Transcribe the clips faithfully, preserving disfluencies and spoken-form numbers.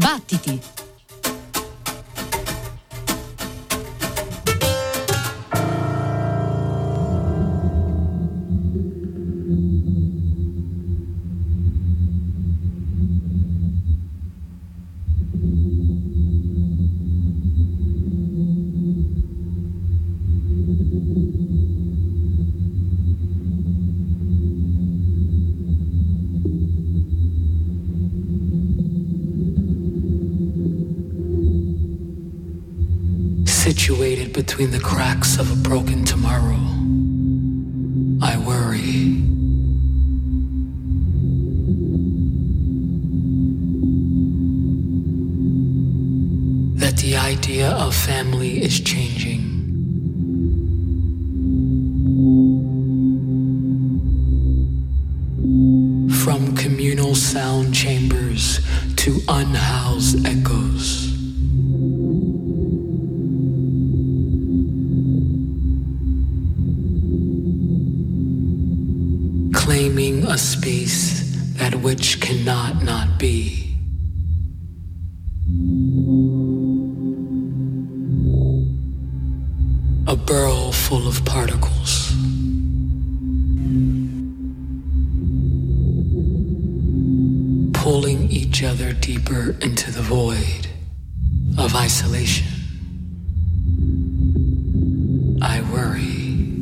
Battiti! Situated between the cracks of a broken tomorrow, I worry. That the idea of family is changing. From communal sound chambers to unhoused echoes. Claiming a space that which cannot not be. A burrow full of particles. Pulling each other deeper into the void of isolation. I worry.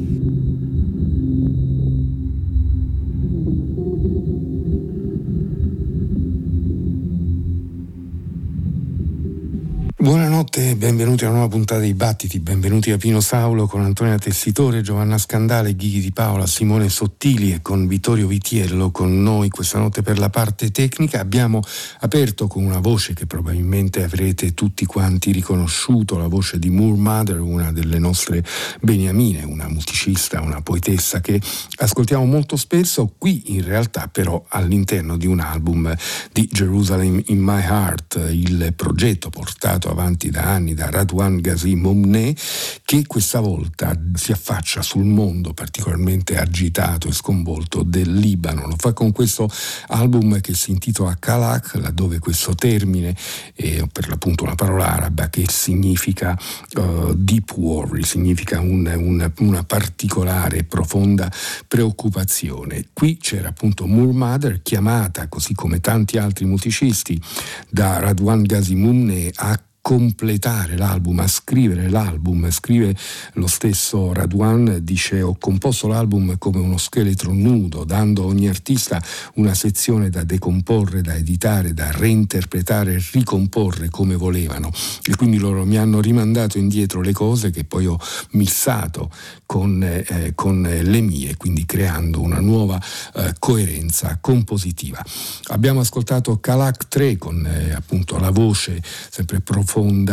Buonanotte e benvenuti a una nuova puntata dei Battiti, benvenuti a Pino Saulo con Antonia Tessitore, Giovanna Scandale, Ghighi Di Paola, Simone Sottili e con Vittorio Vitiello con noi questa notte per la parte tecnica. Abbiamo aperto con una voce che probabilmente avrete tutti quanti riconosciuto, la voce di Moor Mother, una delle nostre beniamine, una musicista, una poetessa che ascoltiamo molto spesso, qui in realtà però all'interno di un album di Jerusalem in My Heart, il progetto portato avanti da anni da Radwan Ghazi Momneh, che questa volta si affaccia sul mondo particolarmente agitato e sconvolto del Libano. Lo fa con questo album che si intitola Kalak, laddove questo termine è per l'appunto una parola araba che significa uh, deep worry, significa un, un, una particolare e profonda preoccupazione. Qui c'era appunto Moor Mother, chiamata così come tanti altri musicisti da Radwan Ghazi Momneh a completare l'album, a scrivere l'album. Scrive lo stesso Radwan, dice: ho composto l'album come uno scheletro nudo, dando a ogni artista una sezione da decomporre, da editare, da reinterpretare e ricomporre come volevano, e quindi loro mi hanno rimandato indietro le cose che poi ho missato con, eh, con le mie, quindi creando una nuova eh, coerenza compositiva. Abbiamo ascoltato Kalak tre con eh, appunto la voce sempre profonda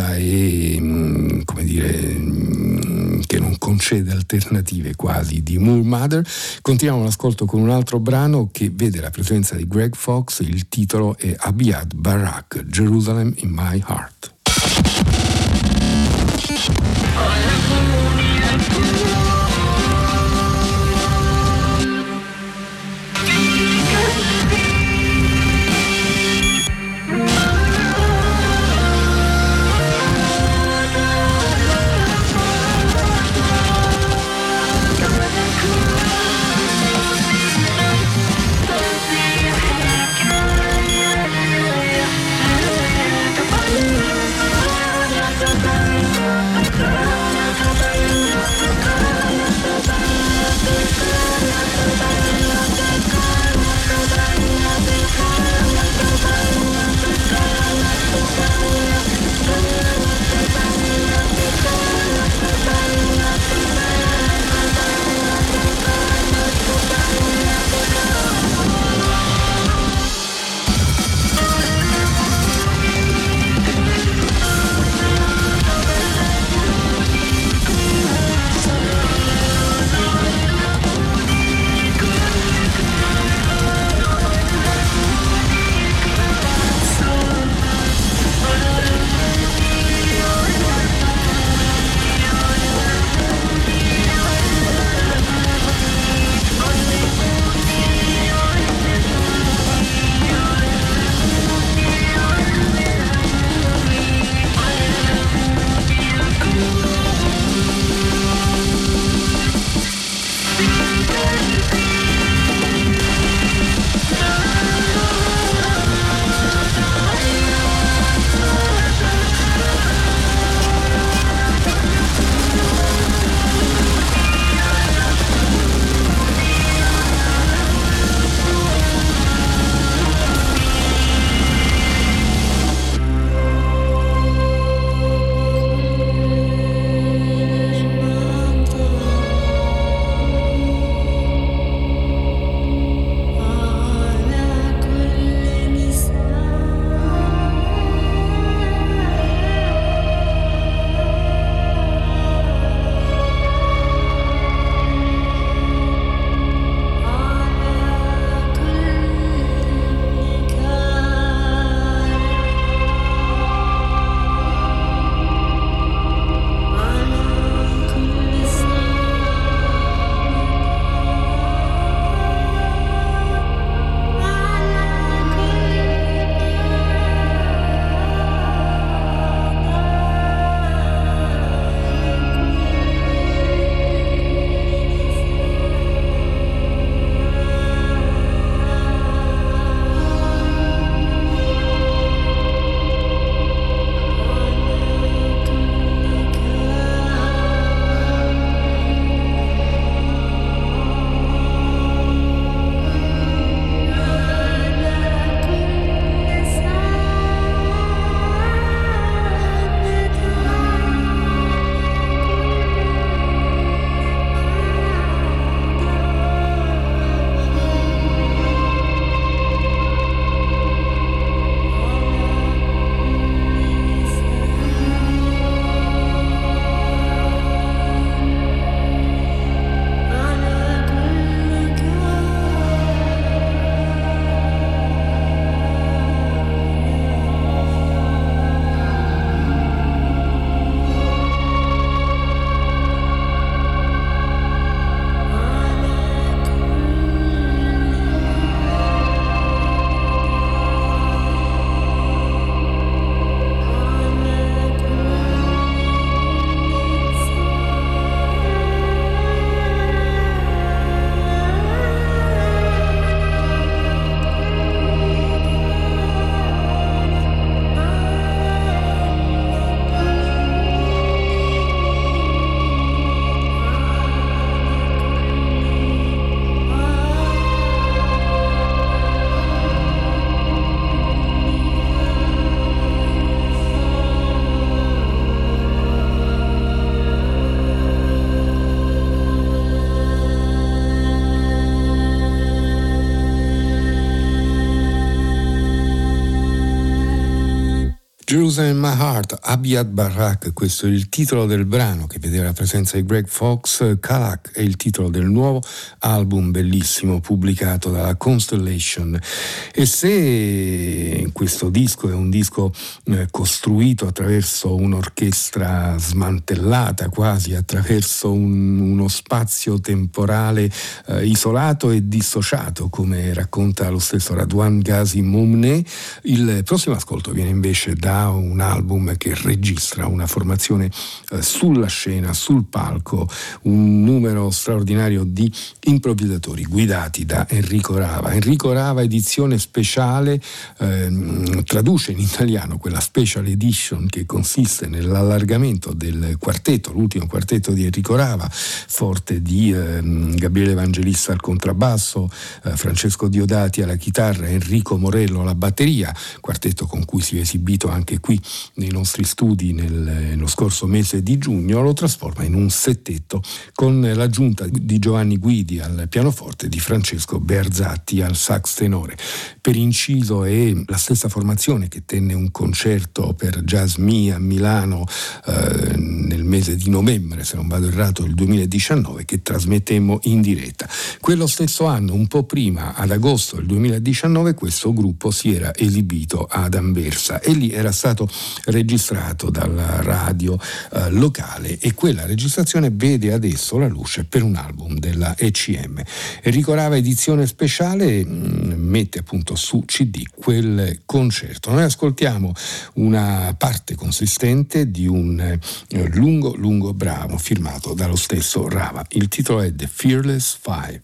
e mh, come dire mh, che non concede alternative quasi di Moor Mother. Continuiamo l'ascolto con un altro brano che vede la presenza di Greg Fox. Il titolo è Abiad Barak, Jerusalem in My Heart. We'll be right back. Jerusalem in My Heart, Abiad Barak, questo è il titolo del brano che vede la presenza di Greg Fox. Kalak è il titolo del nuovo album bellissimo pubblicato dalla Constellation. E se questo disco è un disco eh, costruito attraverso un'orchestra smantellata, quasi attraverso un, uno spazio temporale eh, isolato e dissociato, come racconta lo stesso Radwan Ghazi Moumne, il prossimo ascolto viene invece da un album che registra una formazione eh, sulla scena, sul palco, un numero straordinario di improvvisatori guidati da Enrico Rava. Enrico Rava, edizione speciale, ehm, traduce in italiano quella special edition che consiste nell'allargamento del quartetto, l'ultimo quartetto di Enrico Rava, forte di ehm, Gabriele Evangelista al contrabbasso, eh, Francesco Diodati alla chitarra, Enrico Morello alla batteria, quartetto con cui si è esibito anche qui nei nostri studi nel, nello scorso mese di giugno. Lo trasforma in un settetto con l'aggiunta di Giovanni Guidi al pianoforte e di Francesco Bearzatti al sax tenore. Per inciso è la stessa formazione che tenne un concerto per Jazz Me a Milano eh, nel mese di novembre, se non vado errato, il duemiladiciannove, che trasmettemmo in diretta. Quello stesso anno, un po' prima, ad agosto del duemiladiciannove, questo gruppo si era esibito ad Anversa e lì era stato registrato dalla radio eh, locale, e quella registrazione vede adesso la luce per un album della E C M. Enrico Rava edizione speciale mh, mette appunto su C D quel concerto. Noi ascoltiamo una parte consistente di un eh, lungo lungo brano firmato dallo stesso Rava. Il titolo è The Fearless Five.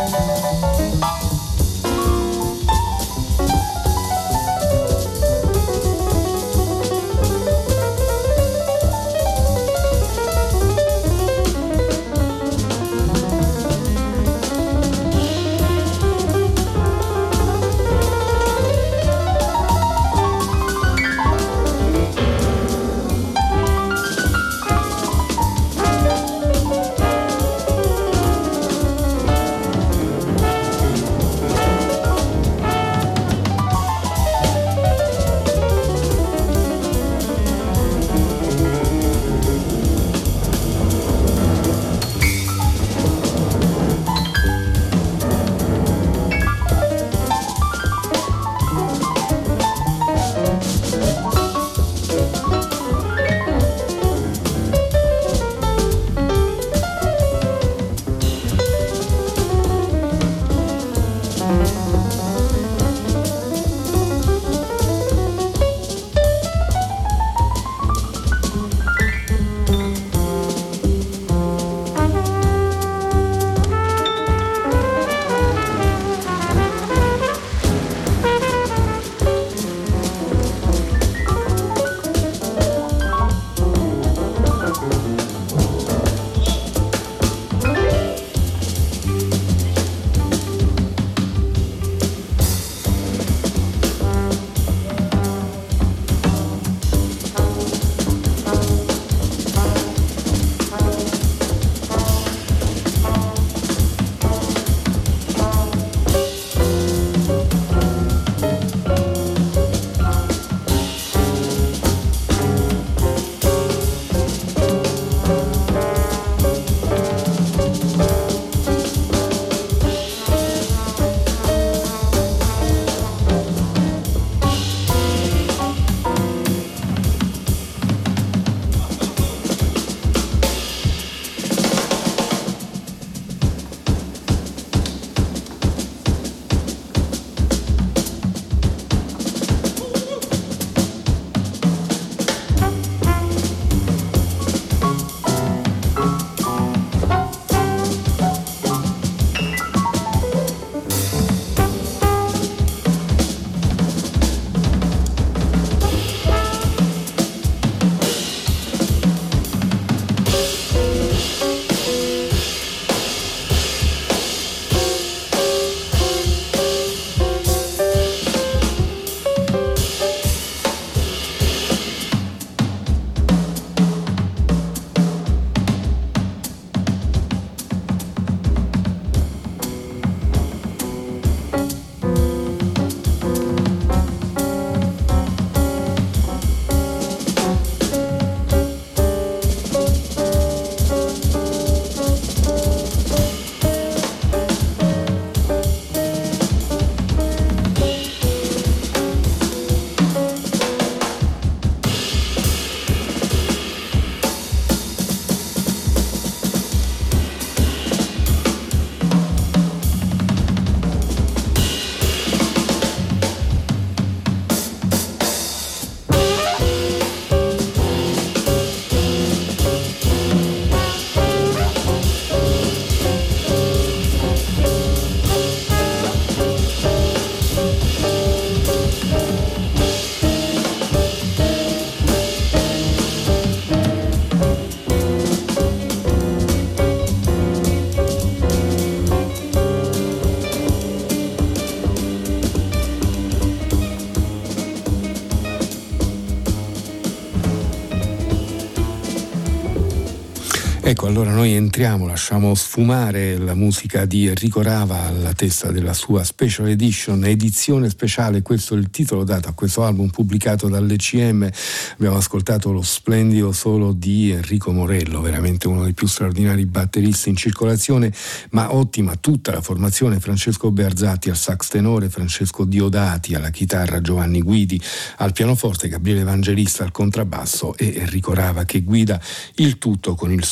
Ecco, allora noi entriamo, lasciamo sfumare la musica di Enrico Rava alla testa della sua Special Edition, edizione speciale, questo è il titolo dato a questo album pubblicato dall'E C M. Abbiamo ascoltato lo splendido solo di Enrico Morello, veramente uno dei più straordinari batteristi in circolazione, ma ottima tutta la formazione: Francesco Bearzatti al sax tenore, Francesco Diodati alla chitarra, Giovanni Guidi al pianoforte, Gabriele Evangelista al contrabbasso e Enrico Rava che guida il tutto con il suo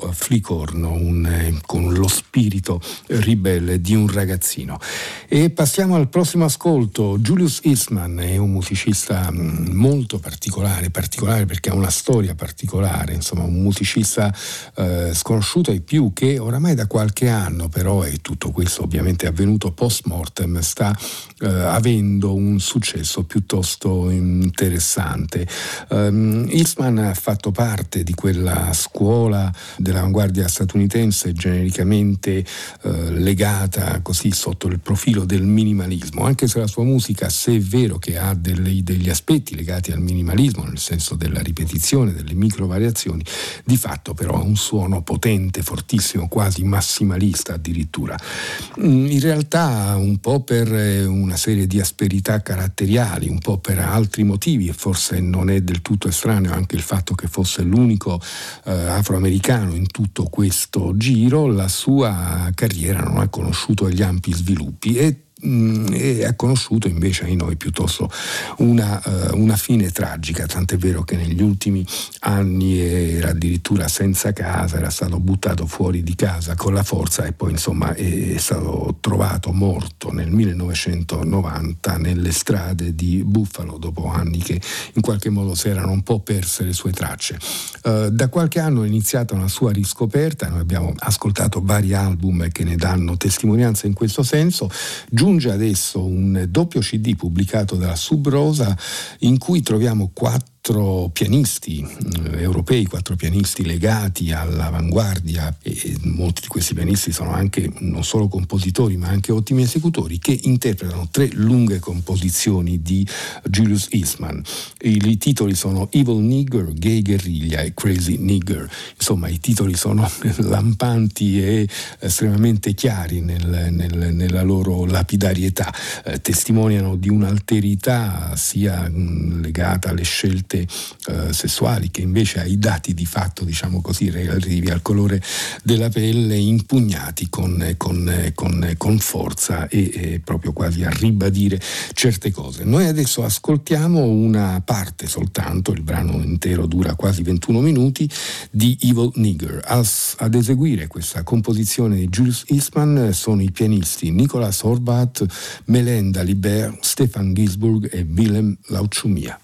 flicorno, un, eh, con lo spirito ribelle di un ragazzino. E passiamo al prossimo ascolto. Julius Eastman è un musicista mh, molto particolare, particolare perché ha una storia particolare, insomma un musicista eh, sconosciuto ai più, che oramai da qualche anno però, e tutto questo ovviamente è avvenuto post mortem, sta eh, avendo un successo piuttosto interessante. Um, Eastman ha fatto parte di quella scuola dell'avanguardia statunitense genericamente eh, legata così sotto il profilo del minimalismo, anche se la sua musica, se è vero che ha delle, degli aspetti legati al minimalismo, nel senso della ripetizione, delle micro variazioni, di fatto però ha un suono potente, fortissimo, quasi massimalista addirittura. In realtà un po' per una serie di asperità caratteriali, un po' per altri motivi, e forse non è del tutto estraneo anche il fatto che fosse l'unico eh, afroamericano in tutto questo giro, la sua carriera non ha conosciuto gli ampi sviluppi e e ha conosciuto invece ai noi piuttosto una, uh, una fine tragica, tant'è vero che negli ultimi anni era addirittura senza casa, era stato buttato fuori di casa con la forza e poi insomma è, è stato trovato morto nel millenovecentonovanta nelle strade di Buffalo, dopo anni che in qualche modo si erano un po' perse le sue tracce. Uh, da qualche anno è iniziata una sua riscoperta, noi abbiamo ascoltato vari album che ne danno testimonianza in questo senso. Giunge adesso un doppio C D pubblicato dalla Sub Rosa in cui troviamo quattro pianisti eh, europei, quattro pianisti legati all'avanguardia, e, e molti di questi pianisti sono anche non solo compositori ma anche ottimi esecutori, che interpretano tre lunghe composizioni di Julius Eastman. I, i titoli sono Evil Nigger, Gay Guerriglia e Crazy Nigger. Insomma, i titoli sono lampanti e estremamente chiari nel, nel, nella loro lapidarietà, eh, testimoniano di un'alterità sia mh, legata alle scelte Uh, sessuali che invece ai dati di fatto, diciamo così, relativi al colore della pelle, impugnati con, con, con, con forza e, e proprio quasi a ribadire certe cose. Noi adesso ascoltiamo una parte soltanto, il brano intero dura quasi ventuno minuti, di Evil Nigger. As, ad eseguire questa composizione di Julius Eastman sono i pianisti Nicolas Horvath, Melenda Libert, Stefan Gisburg e Willem Lauchumia.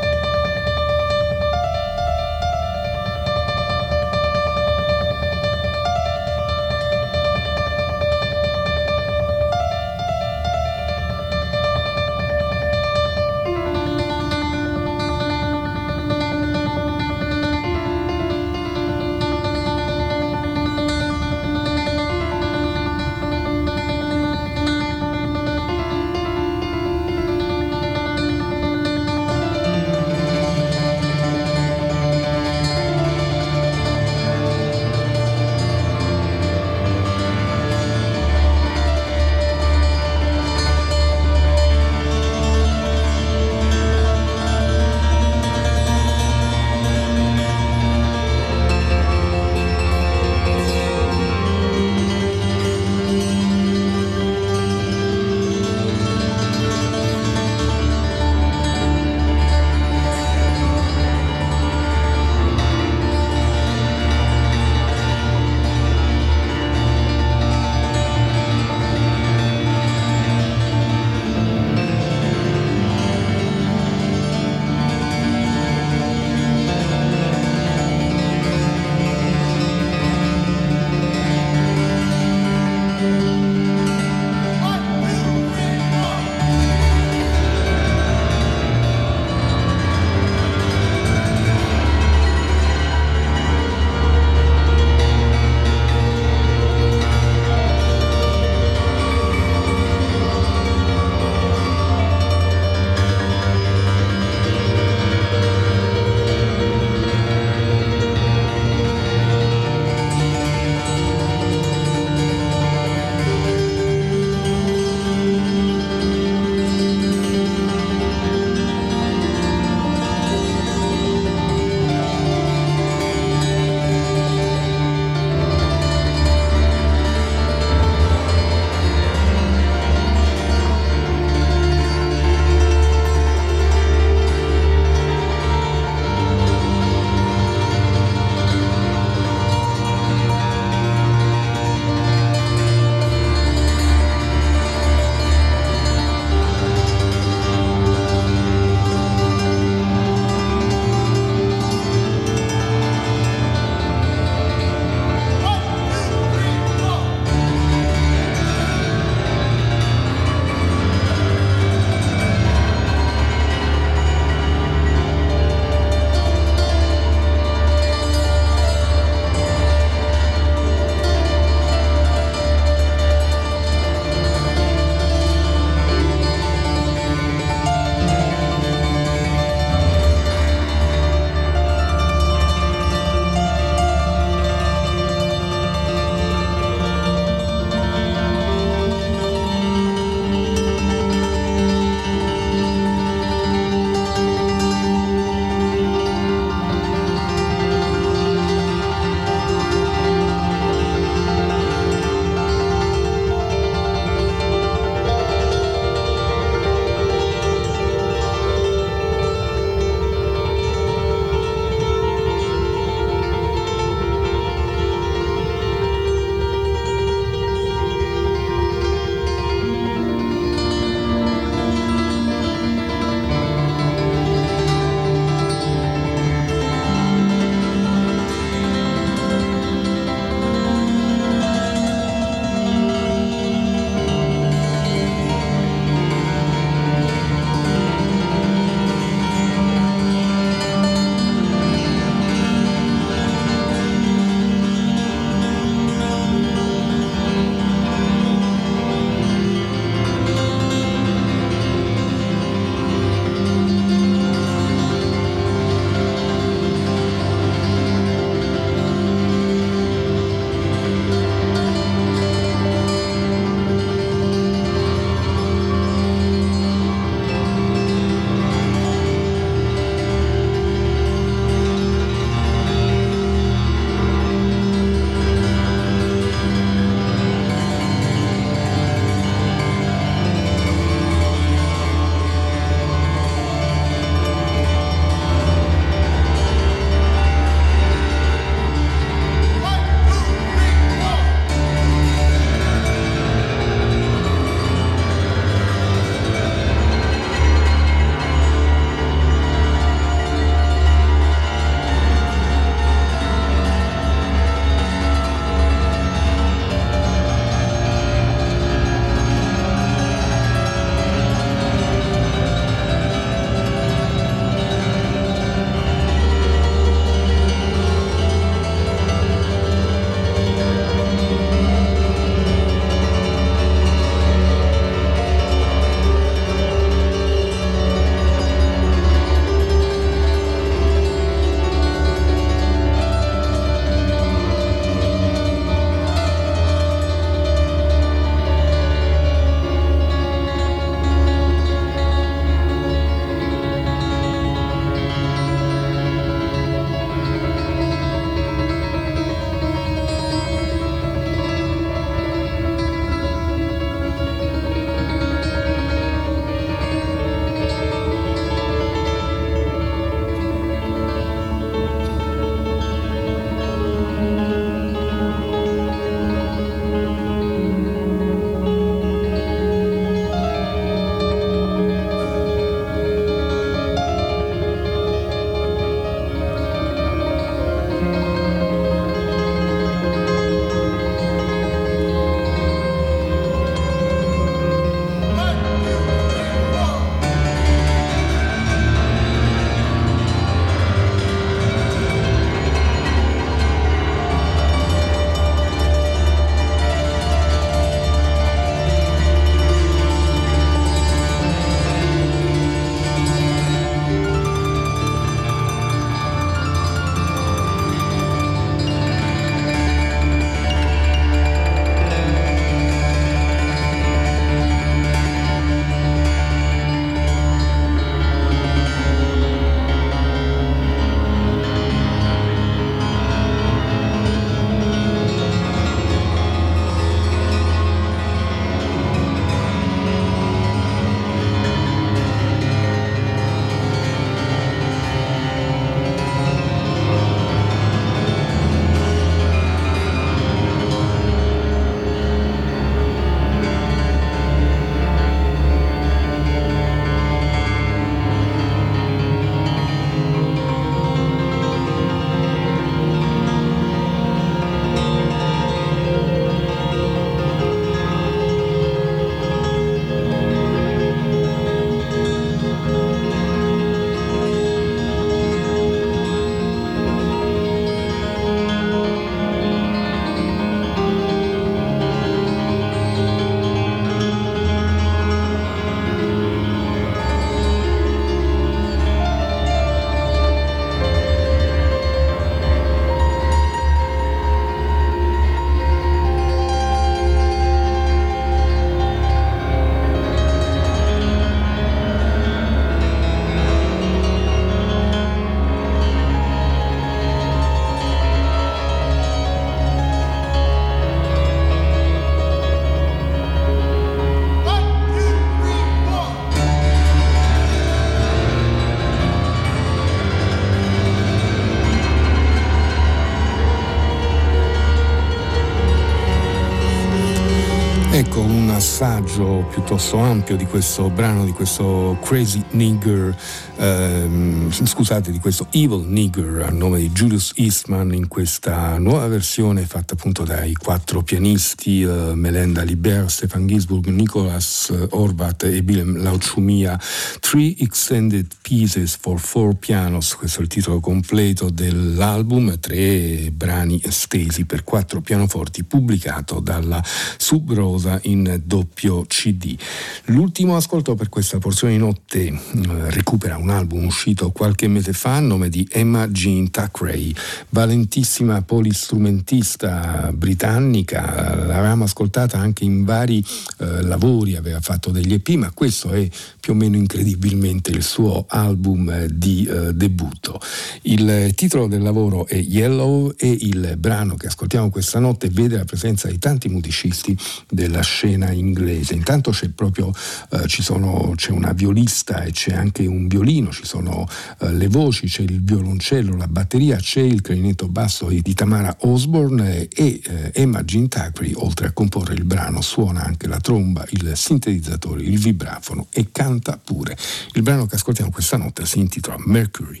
Ecco un assaggio piuttosto ampio di questo brano, di questo Crazy Nigger, ehm, scusate, di questo Evil Nigger a nome di Julius Eastman, in questa nuova versione fatta appunto dai quattro pianisti eh, Melenda Liber, Stefan Ginsburg, Nicholas Horvath e Willem Lauchumia. Three Extended Pieces for Four Pianos, questo è il titolo completo dell'album, tre brani estesi per quattro pianoforti, pubblicato dalla Sub Rosa in doppio C D. L'ultimo ascolto per questa porzione di notte eh, recupera un album uscito qualche mese fa a nome di Emma Jean Thackeray, valentissima polistrumentista britannica. L'avevamo ascoltata anche in vari eh, lavori, aveva fatto degli E P, ma questo è più o meno incredibilmente il suo album di eh, debutto. Il titolo del lavoro è Yellow e il brano che ascoltiamo questa notte vede la presenza di tanti musicisti della scena inglese. Intanto c'è proprio eh, ci sono, c'è una violista e c'è anche un violino, ci sono eh, le voci, c'è il violoncello, la batteria, c'è il clarinetto basso di Tamara Osborne e eh, Emma Jean Thackeray, oltre a comporre il brano, suona anche la tromba, il sintetizzatore, il vibrafono e canta pure. Il brano che ascoltiamo questa notte si intitola Mercury.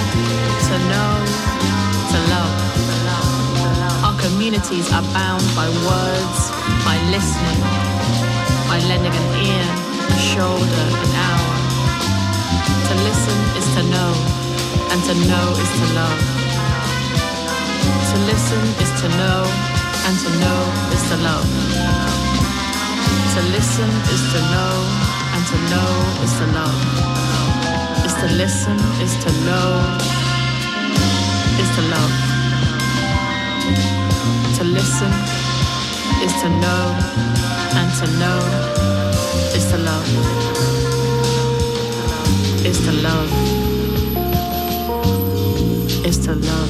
to know, to love. Our communities are bound by words, by listening, by lending an ear, a shoulder, an hour. To listen is to know, and to know is to love. To listen is to know, and to know is to love. To listen is to know, and to know is to love. Is to listen, is to know, is to love. To listen is to know, and to know is to love. Is to love. Is to love.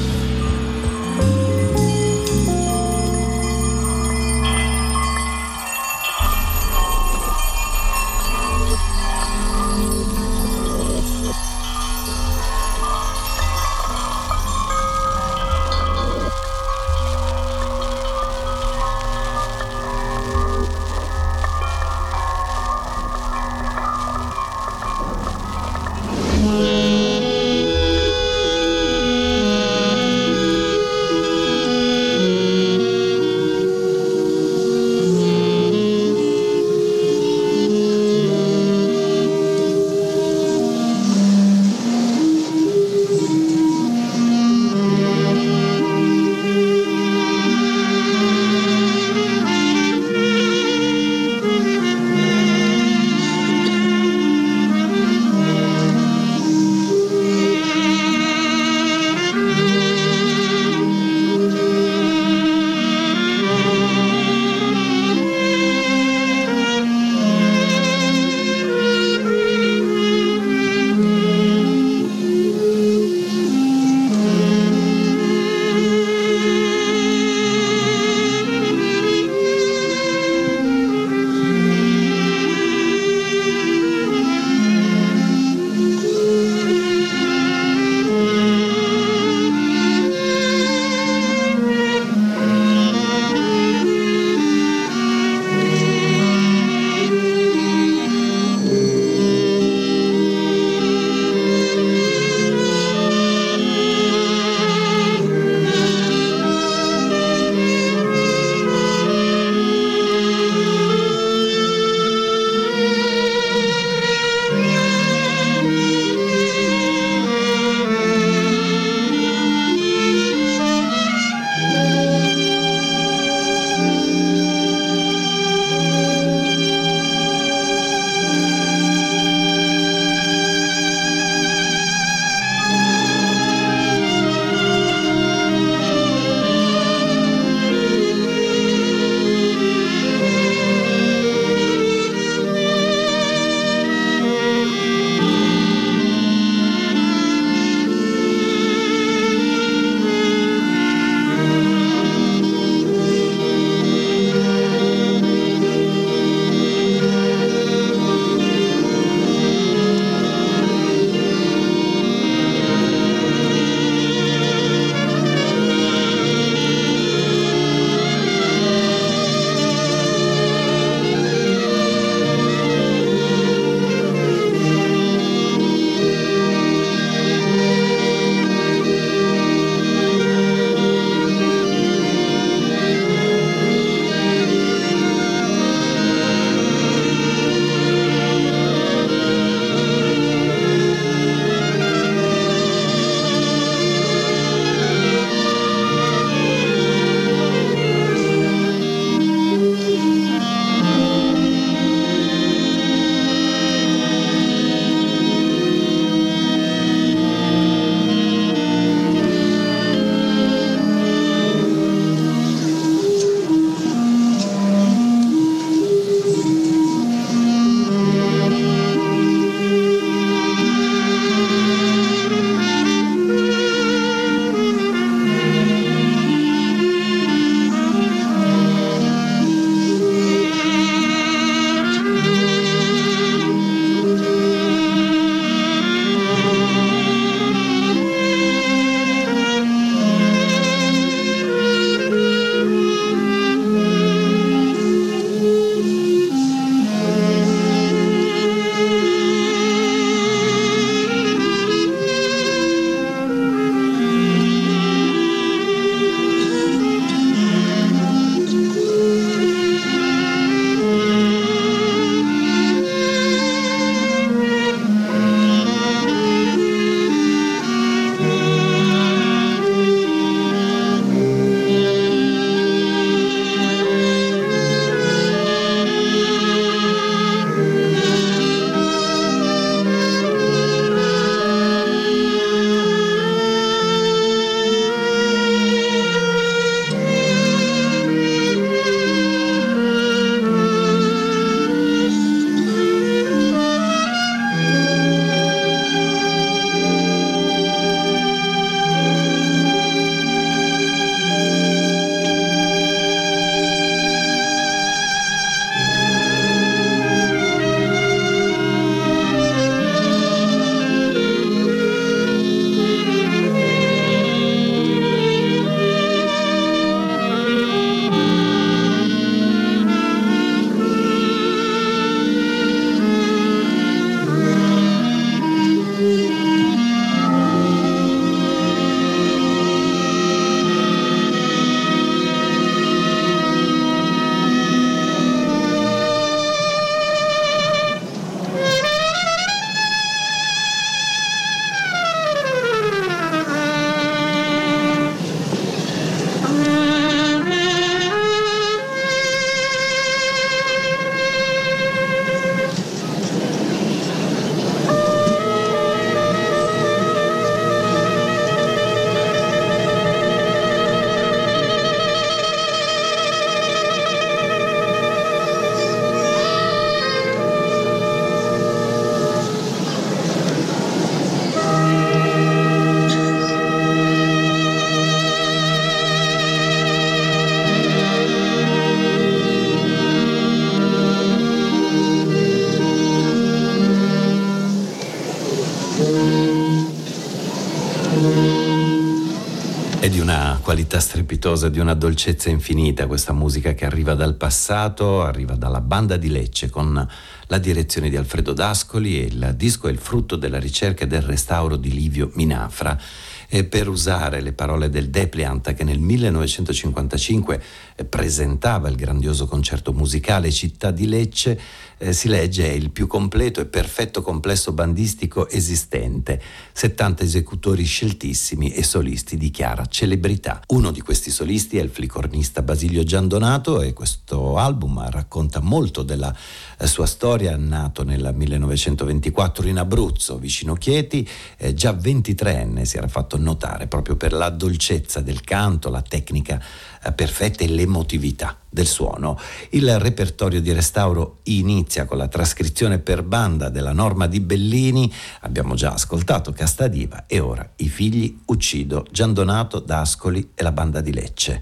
È di una qualità strepitosa, di una dolcezza infinita questa musica che arriva dal passato, arriva dalla Banda di Lecce con la direzione di Alfredo D'Ascoli, e il disco è il frutto della ricerca e del restauro di Livio Minafra. E per usare le parole del Depliant, che nel millenovecentocinquantacinque presentava il grandioso concerto musicale Città di Lecce, eh, si legge: è il più completo e perfetto complesso bandistico esistente, settanta esecutori sceltissimi e solisti di chiara celebrità. Uno di questi solisti è il flicornista Basilio Giandonato, e questo album racconta molto della eh, sua storia. Nato nel millenovecentoventiquattro in Abruzzo, vicino Chieti, eh, già ventitreenne si era fatto notare proprio per la dolcezza del canto, la tecnica eh, perfetta e l'emotività del suono. Il repertorio di restauro inizia con la trascrizione per banda della Norma di Bellini. Abbiamo già ascoltato Castadiva e ora I figli uccido, Giandonato, D'Ascoli e la Banda di Lecce.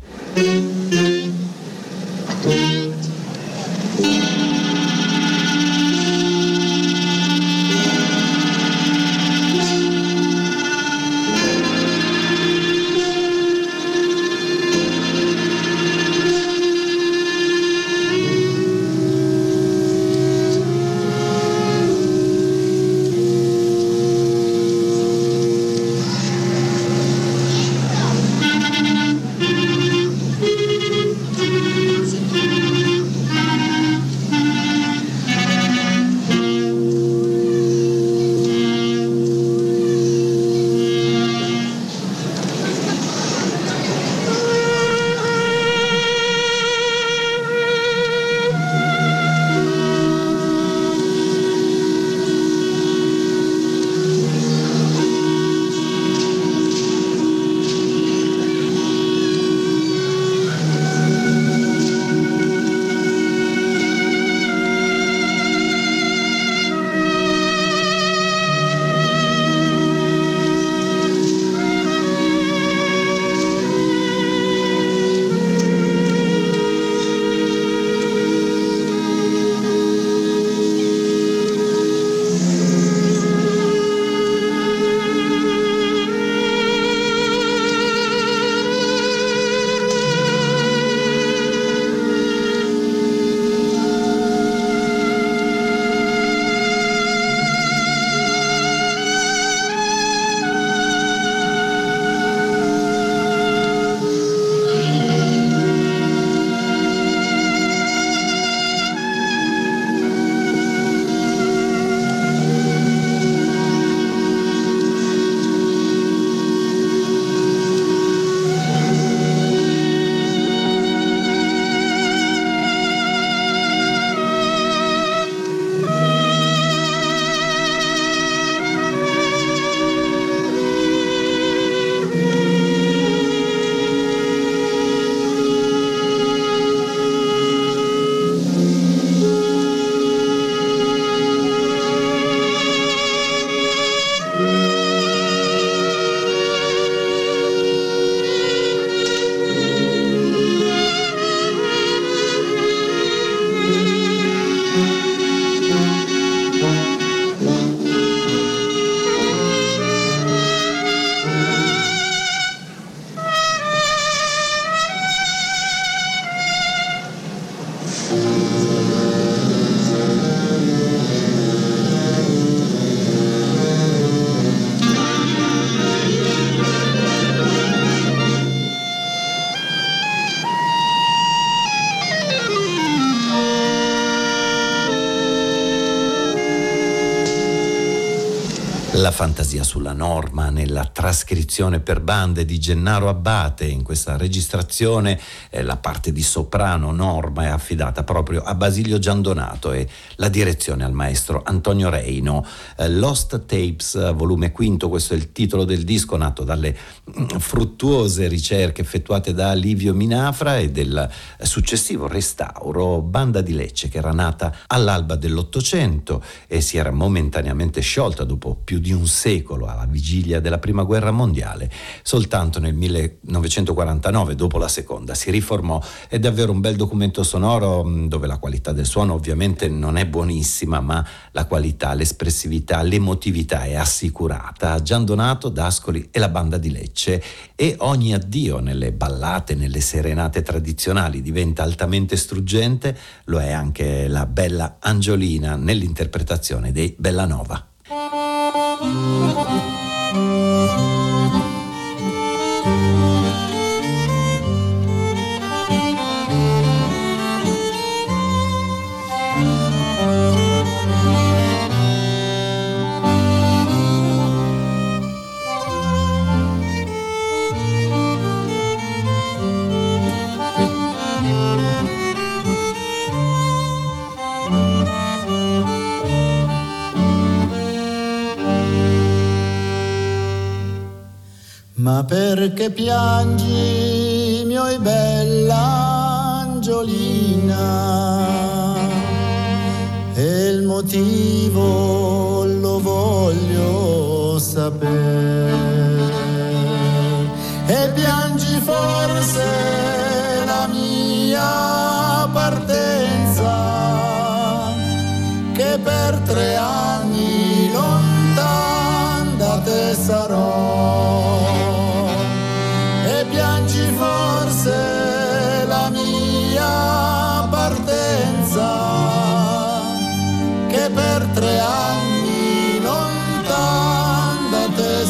La fantasia sulla norma nella trascrizione per bande di Gennaro Abbate. In questa registrazione eh, la parte di soprano Norma è affidata proprio a Basilio Giandonato e la direzione al maestro Antonio Reino. eh, Lost Tapes, volume quinto, questo è il titolo del disco, nato dalle mh, fruttuose ricerche effettuate da Livio Minafra e del successivo restauro Banda di Lecce, che era nata all'alba dell'Ottocento e si era momentaneamente sciolta dopo più di di un secolo, alla vigilia della Prima Guerra Mondiale. Soltanto nel millenovecentoquarantanove, dopo la seconda, si riformò. È davvero un bel documento sonoro dove la qualità del suono ovviamente non è buonissima, ma la qualità, l'espressività, l'emotività è assicurata a Gian Donato, D'Ascoli e la banda di Lecce, e ogni addio nelle ballate, nelle serenate tradizionali diventa altamente struggente. Lo è anche la bella Angiolina nell'interpretazione dei Bellanova. Ma perché piangi, mio bella Angiolina? E il motivo lo voglio sapere. E piangi forse la mia partenza, che per tre anni lontan da te sarò. Piangi forse la mia partenza, che per tre anni lontan da te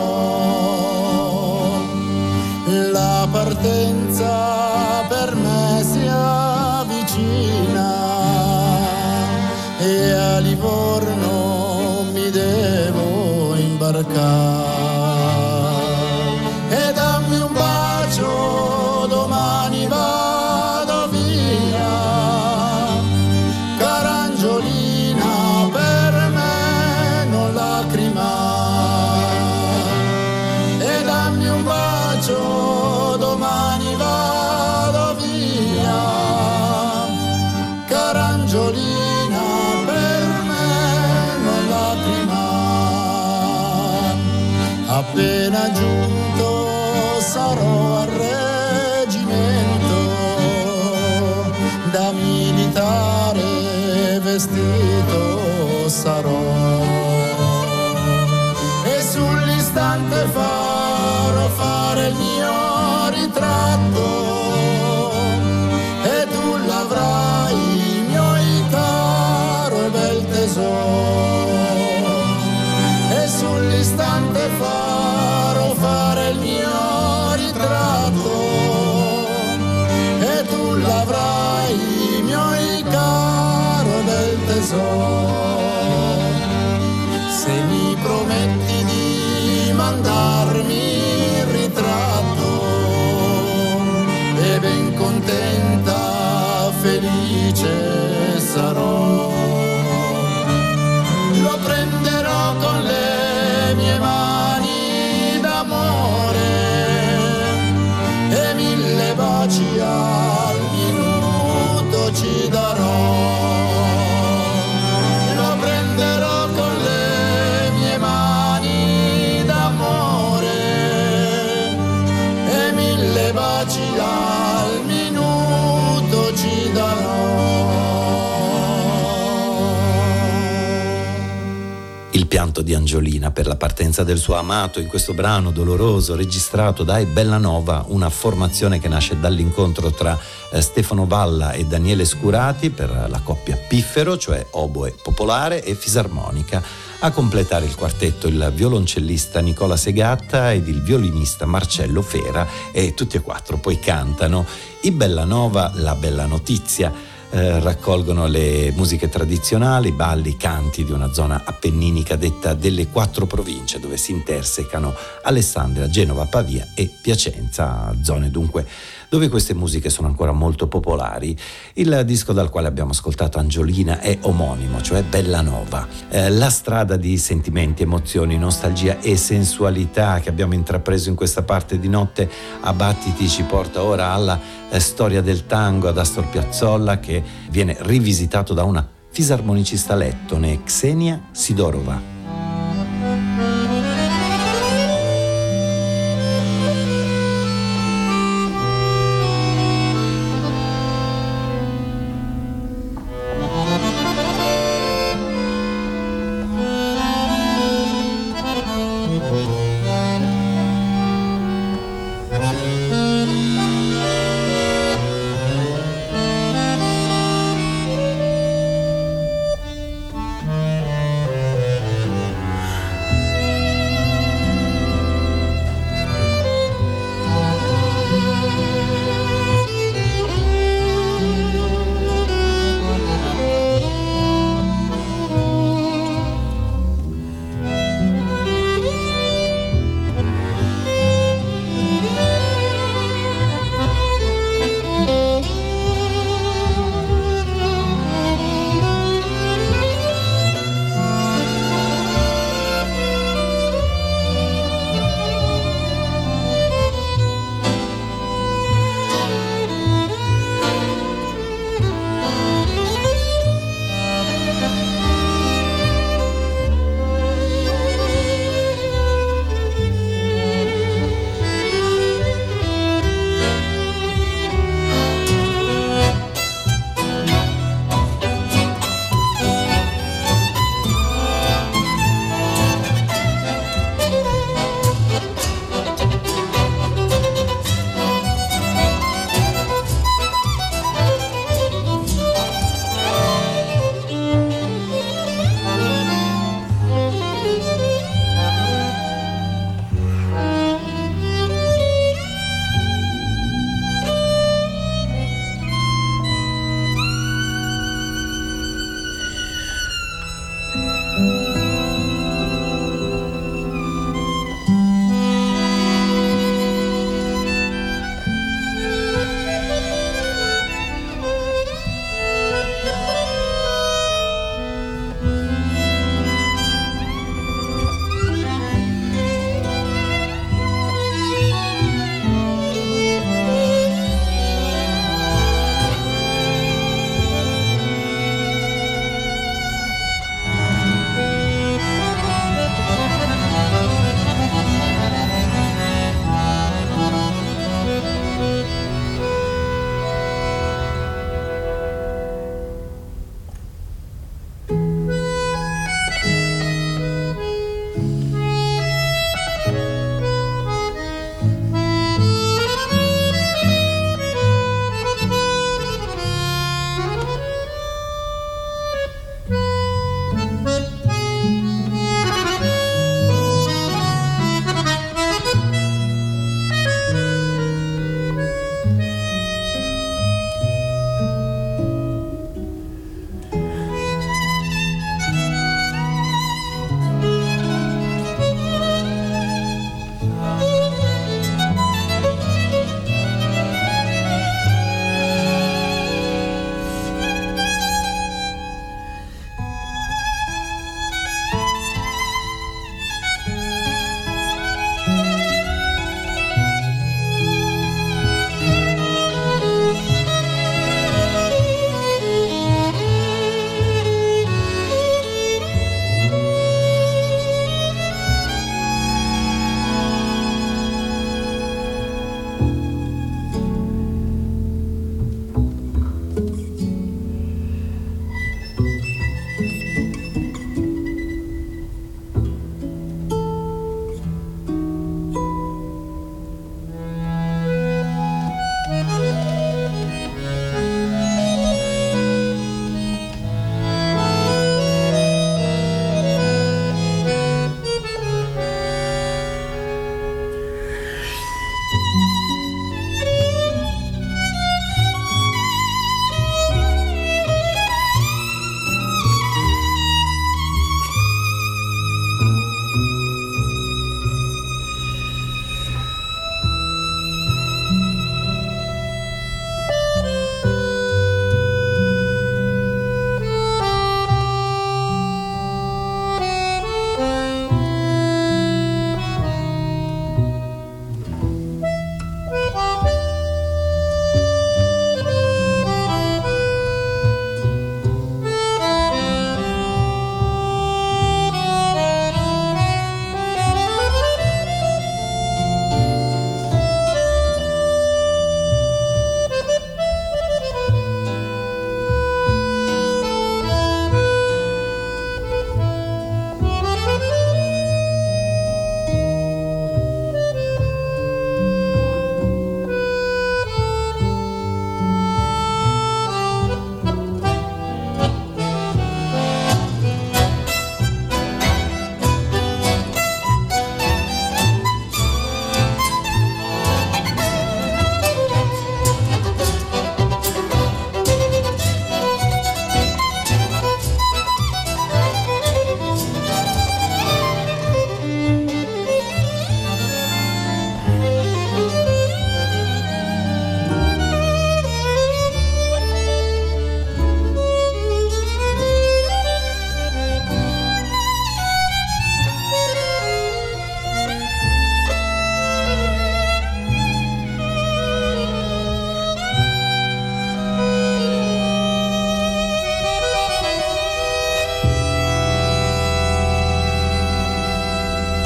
sarò. La partenza per me si avvicina e a Livorno mi devo imbarcare. Domani vado via, cara Angiolina, per me non lacrimare. E dammi un bacio, domani vado via, cara Angiolina, per me non lacrimare. Appena giunto sarò al reggimento, da militare vestito sarò, e sull'istante farò fare il mio ritratto, e tu l'avrai, mio caro e bel tesoro, e sull'istante farò fare il mio ritratto, e tu l'avrai, mio caro del tesoro. Se mi prometti di mandarmi il ritratto, e ben contenta, felice sarò. Lo prenderò con le mie mani d'amore, e mille baci al minuto ci darò. Lo prenderò con le mie mani d'amore, e mille baci al minuto ci darò. Il pianto di Angiolina per la partenza del suo amato in questo brano doloroso registrato dai Bellanova, una formazione che nasce dall'incontro tra eh, Stefano Valla e Daniele Scurati per la coppia Piffero, cioè oboe popolare e fisarmonica. A completare il quartetto il violoncellista Nicola Segatta ed il violinista Marcello Fera, e tutti e quattro poi cantano. I Bellanova, la bella notizia. Eh, raccolgono le musiche tradizionali, balli, canti di una zona appenninica detta delle quattro province, dove si intersecano Alessandria, Genova, Pavia e Piacenza, zone dunque dove queste musiche sono ancora molto popolari. Il disco dal quale abbiamo ascoltato Angiolina è omonimo, cioè Bellanova. Eh, la strada di sentimenti, emozioni, nostalgia e sensualità che abbiamo intrapreso in questa parte di notte a Battiti ci porta ora alla eh, storia del tango ad Astor Piazzolla, che viene rivisitato da una fisarmonicista lettone, Ksenia Sidorova.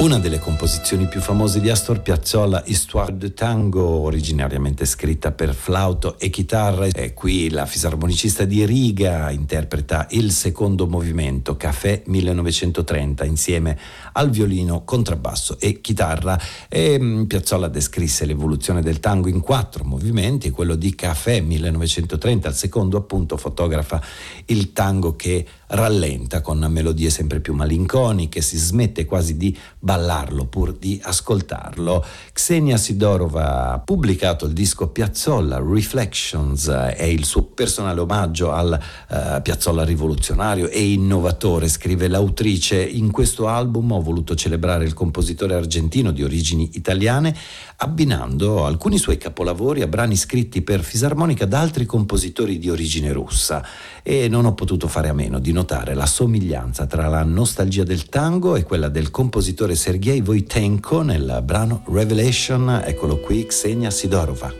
Una delle composizioni più famose di Astor Piazzolla, Histoire de Tango, originariamente scritta per flauto e chitarra. E qui la fisarmonicista di Riga interpreta il secondo movimento, Café millenovecentotrenta, insieme al violino, contrabbasso e chitarra. E Piazzolla descrisse l'evoluzione del tango in quattro movimenti. Quello di Café millenovecentotrenta, il secondo appunto, fotografa il tango che rallenta con melodie sempre più malinconiche, si smette quasi di ballarlo pur di ascoltarlo. Xenia Sidorova ha pubblicato il disco Piazzolla Reflections, è il suo personale omaggio al uh, Piazzolla rivoluzionario e innovatore, scrive l'autrice. In questo album ho voluto celebrare il compositore argentino di origini italiane, abbinando alcuni suoi capolavori a brani scritti per fisarmonica da altri compositori di origine russa, e non ho potuto fare a meno di notare la somiglianza tra la nostalgia del tango e quella del compositore Sergei Voitenko nel brano Revelation. Eccolo qui, Xenia Sidorova.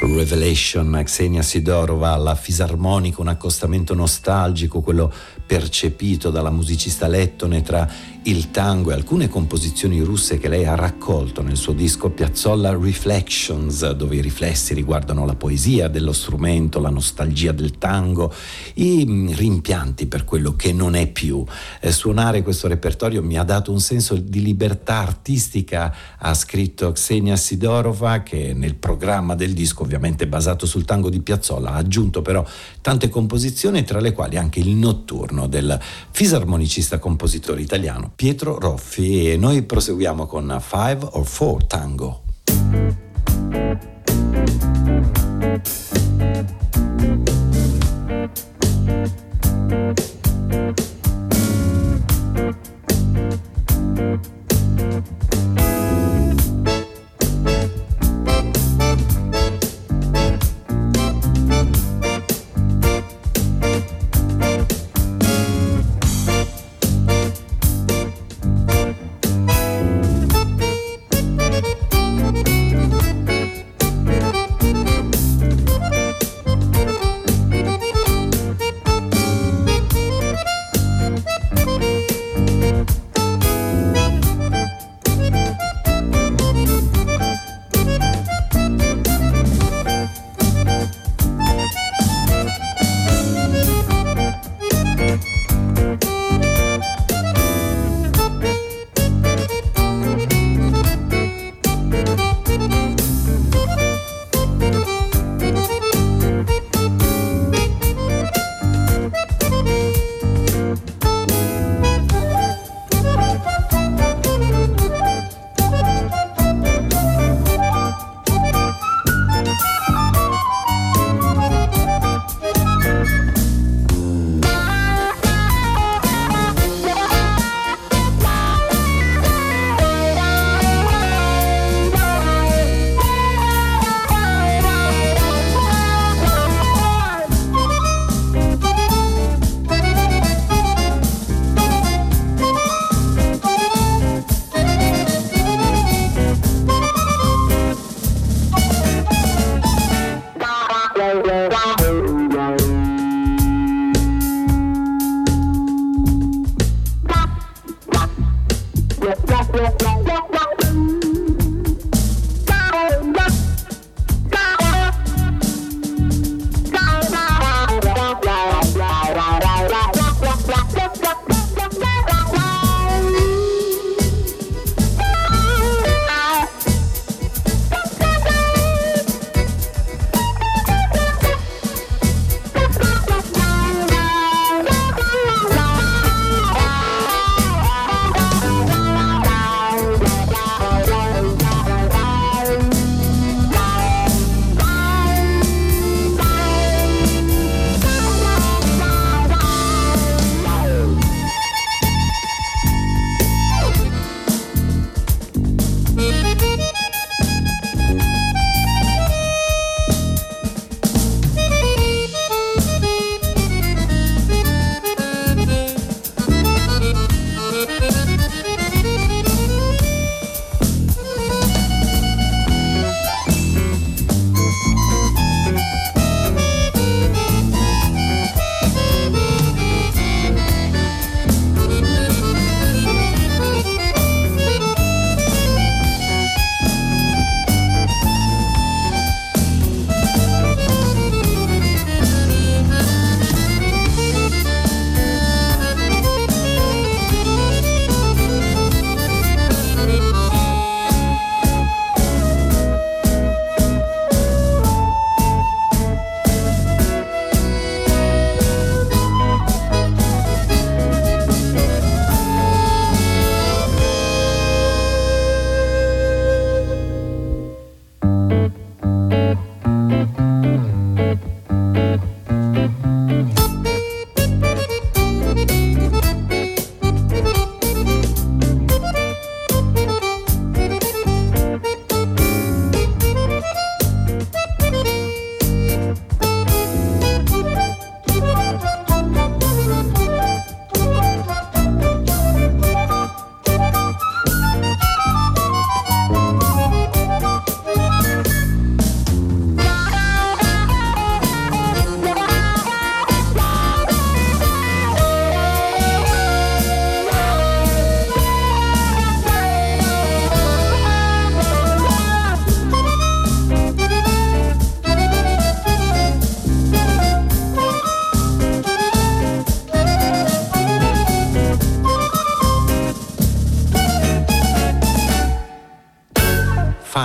Revelation, Ksenia Sidorova alla fisarmonica, un accostamento nostalgico, quello percepito dalla musicista lettone tra il tango e alcune composizioni russe che lei ha raccolto nel suo disco Piazzolla Reflections, dove i riflessi riguardano la poesia dello strumento, la nostalgia del tango, i rimpianti per quello che non è più. Eh, suonare questo repertorio mi ha dato un senso di libertà artistica, ha scritto Ksenia Sidorova, che nel programma del disco, ovviamente basato sul tango di Piazzolla, ha aggiunto però tante composizioni, tra le quali anche il notturno del fisarmonicista compositore italiano Pietro Roffi, e noi proseguiamo con Five or Four Tango.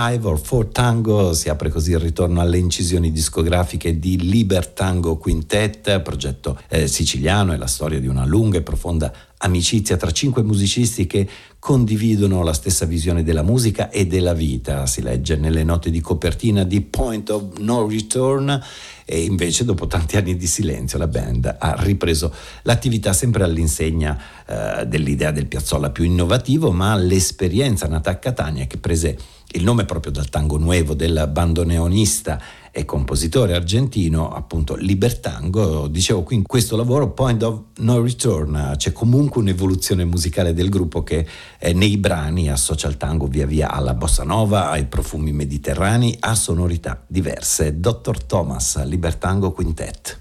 Five or Four Tango, si apre così il ritorno alle incisioni discografiche di Liber Tango Quintet, progetto eh, siciliano. È la storia di una lunga e profonda amicizia tra cinque musicisti che condividono la stessa visione della musica e della vita, si legge nelle note di copertina di Point of No Return. E invece dopo tanti anni di silenzio la band ha ripreso l'attività, sempre all'insegna eh, dell'idea del Piazzolla più innovativo, ma l'esperienza nata a Catania, che prese il nome proprio dal tango nuevo del bandoneonista e compositore argentino, appunto Libertango. Dicevo, qui in questo lavoro Point of No Return c'è comunque un'evoluzione musicale del gruppo che eh, nei brani associa il tango via via alla bossa nova, ai profumi mediterranei, a sonorità diverse. doctor Thomas, Libertango Quintet.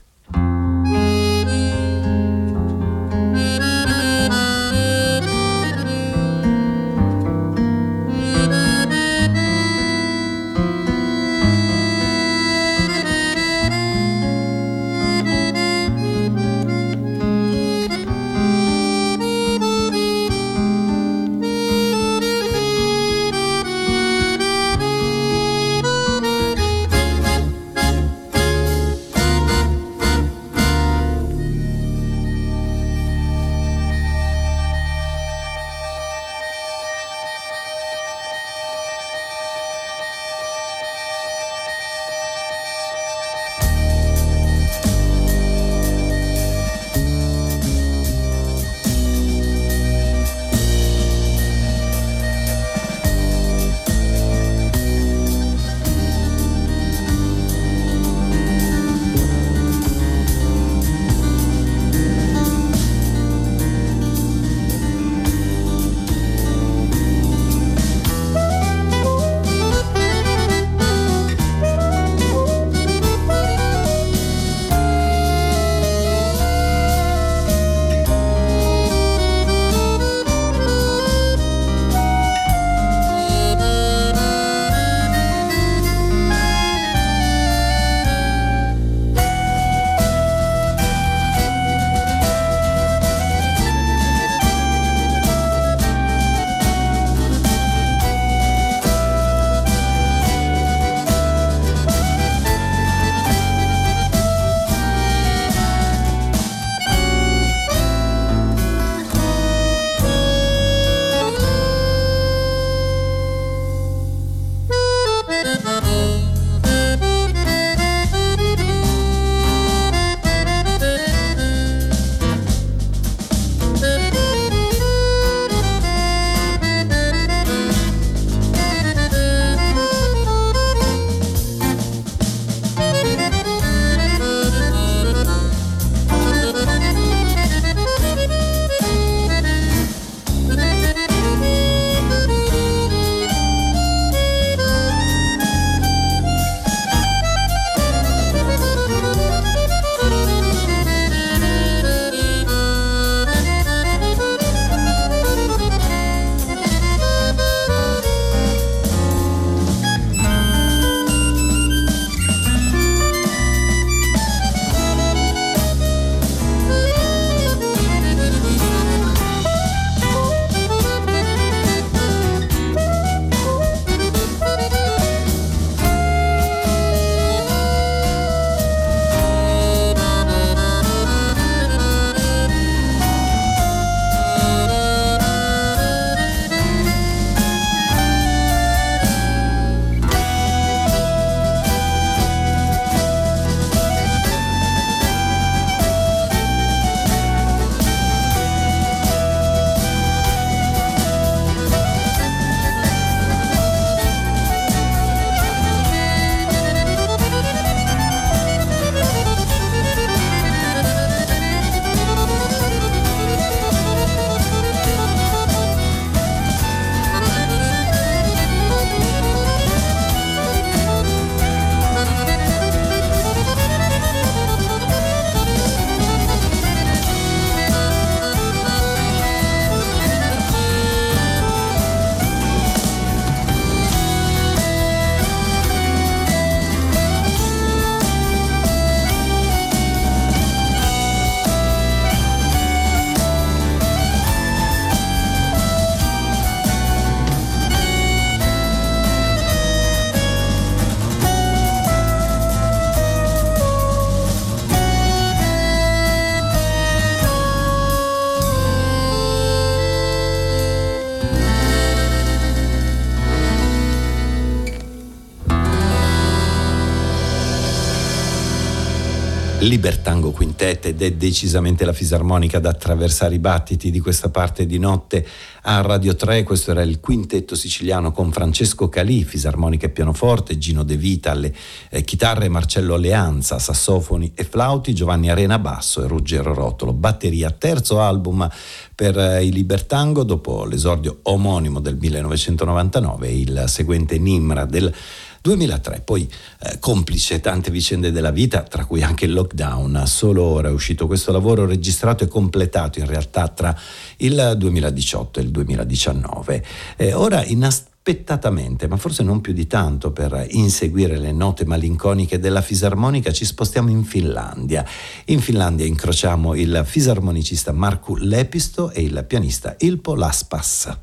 Libertango Quintet, ed è decisamente la fisarmonica ad attraversare i battiti di questa parte di notte a Radio tre. Questo era il quintetto siciliano con Francesco Calì, fisarmonica e pianoforte, Gino De Vita alle eh, chitarre, Marcello Alleanza, sassofoni e flauti, Giovanni Arena basso e Ruggero Rotolo batteria. Terzo album per eh, i Libertango dopo l'esordio omonimo del millenovecentonovantanove e il seguente Nimra del duemilatré. Poi eh, complice tante vicende della vita, tra cui anche il lockdown. Solo ora è uscito questo lavoro registrato e completato in realtà tra il duemiladiciotto e il duemiladiciannove. Eh, ora inaspettatamente, ma forse non più di tanto per inseguire le note malinconiche della fisarmonica, ci spostiamo in Finlandia. In Finlandia incrociamo il fisarmonicista Markku Lepisto e il pianista Ilpo Laspas.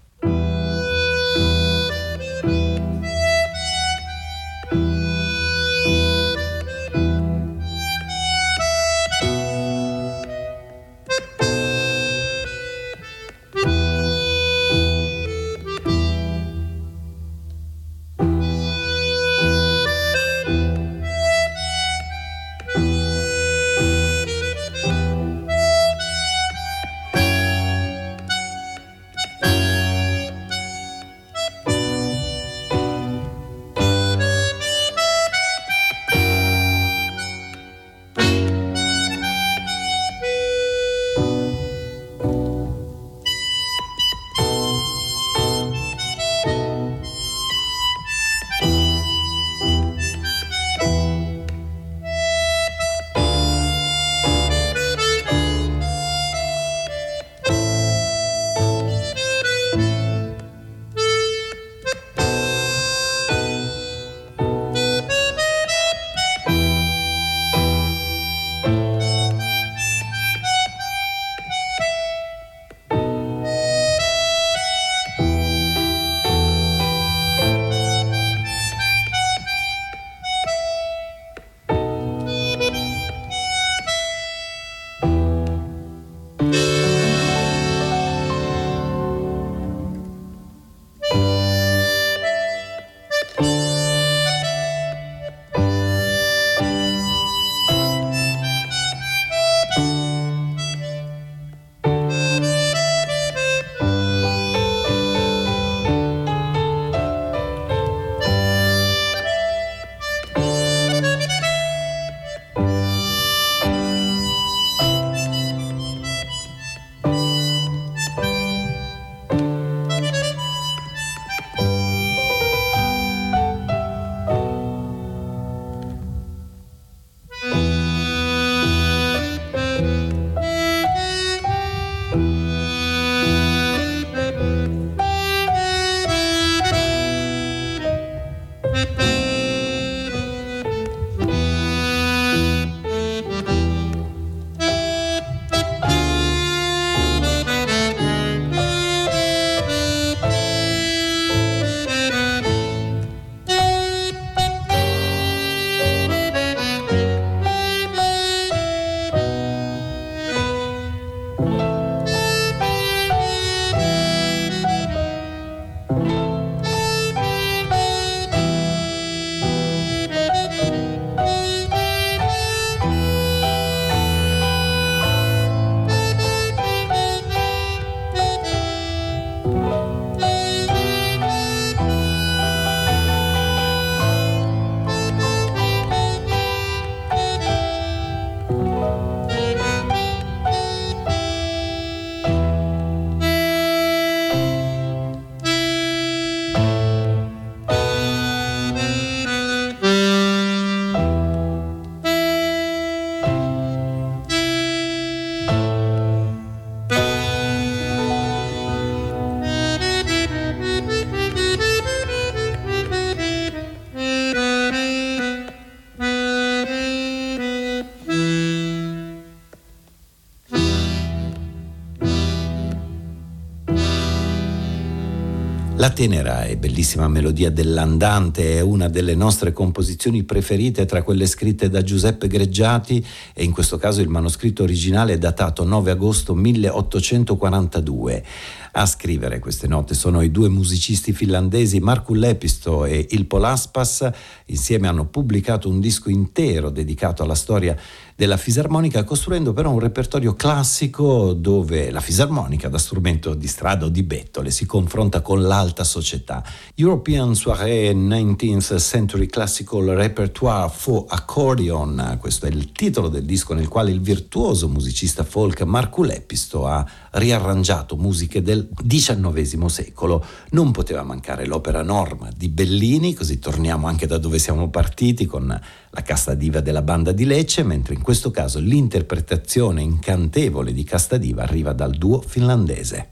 La tenera e bellissima melodia dell'Andante è una delle nostre composizioni preferite tra quelle scritte da Giuseppe Greggiati, e in questo caso il manoscritto originale è datato nove agosto milleottocentoquarantadue. A scrivere queste note sono i due musicisti finlandesi Markku Lepistö e Ilpo Laspas. Insieme hanno pubblicato un disco intero dedicato alla storia della fisarmonica, costruendo però un repertorio classico dove la fisarmonica, da strumento di strada o di bettole, si confronta con l'alta società. European Soirée nineteenth Century Classical Repertoire for Accordion, questo è il titolo del disco nel quale il virtuoso musicista folk Markku Lepistö ha riarrangiato musiche del diciannovesimo secolo. Non poteva mancare l'opera Norma di Bellini, così torniamo anche da dove siamo partiti con la Casta Diva della Banda di Lecce, mentre in questo caso l'interpretazione incantevole di Casta Diva arriva dal duo finlandese.